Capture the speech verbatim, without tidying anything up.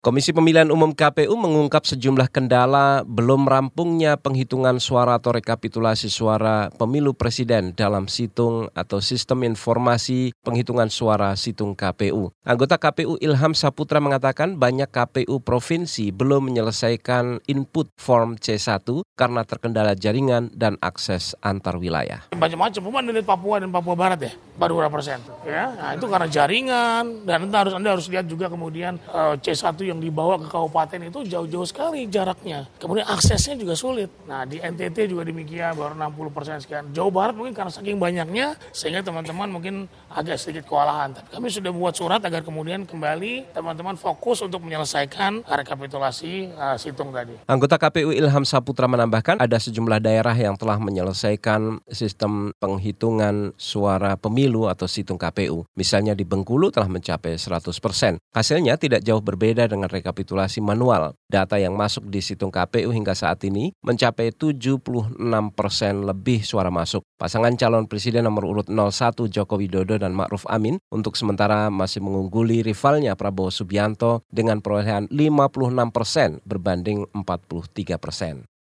Komisi Pemilihan Umum K P U mengungkap sejumlah kendala belum rampungnya penghitungan suara atau rekapitulasi suara pemilu presiden dalam situng atau sistem informasi penghitungan suara situng K P U. Anggota K P U Ilham Saputra mengatakan banyak K P U provinsi belum menyelesaikan input form C satu karena terkendala jaringan dan akses antar wilayah. Macam-macam, bukan dari Papua dan Papua Barat ya, baru berapa persen. Ya, nah, itu karena jaringan dan anda harus anda harus lihat juga kemudian uh, C satu yang dibawa ke kabupaten itu jauh-jauh sekali jaraknya. Kemudian aksesnya juga sulit. Nah di N T T juga demikian, baru enam puluh persen sekian. Jawa Barat mungkin karena saking banyaknya sehingga teman-teman mungkin agak sedikit kewalahan. Tapi kami sudah buat surat agar kemudian kembali teman-teman fokus untuk menyelesaikan rekapitulasi uh, situng tadi. Anggota K P U Ilham Saputra menambahkan ada sejumlah daerah yang telah menyelesaikan sistem penghitungan suara pemilu atau situng K P U. Misalnya di Bengkulu telah mencapai seratus persen. Hasilnya tidak jauh berbeda dengan rekapitulasi manual. Data yang masuk di situng K P U hingga saat ini mencapai tujuh puluh enam persen lebih suara masuk. Pasangan calon presiden nomor urut nol satu Joko Widodo dan Ma'ruf Amin untuk sementara masih mengungguli rivalnya Prabowo Subianto dengan perolehan lima puluh enam persen berbanding empat puluh tiga persen.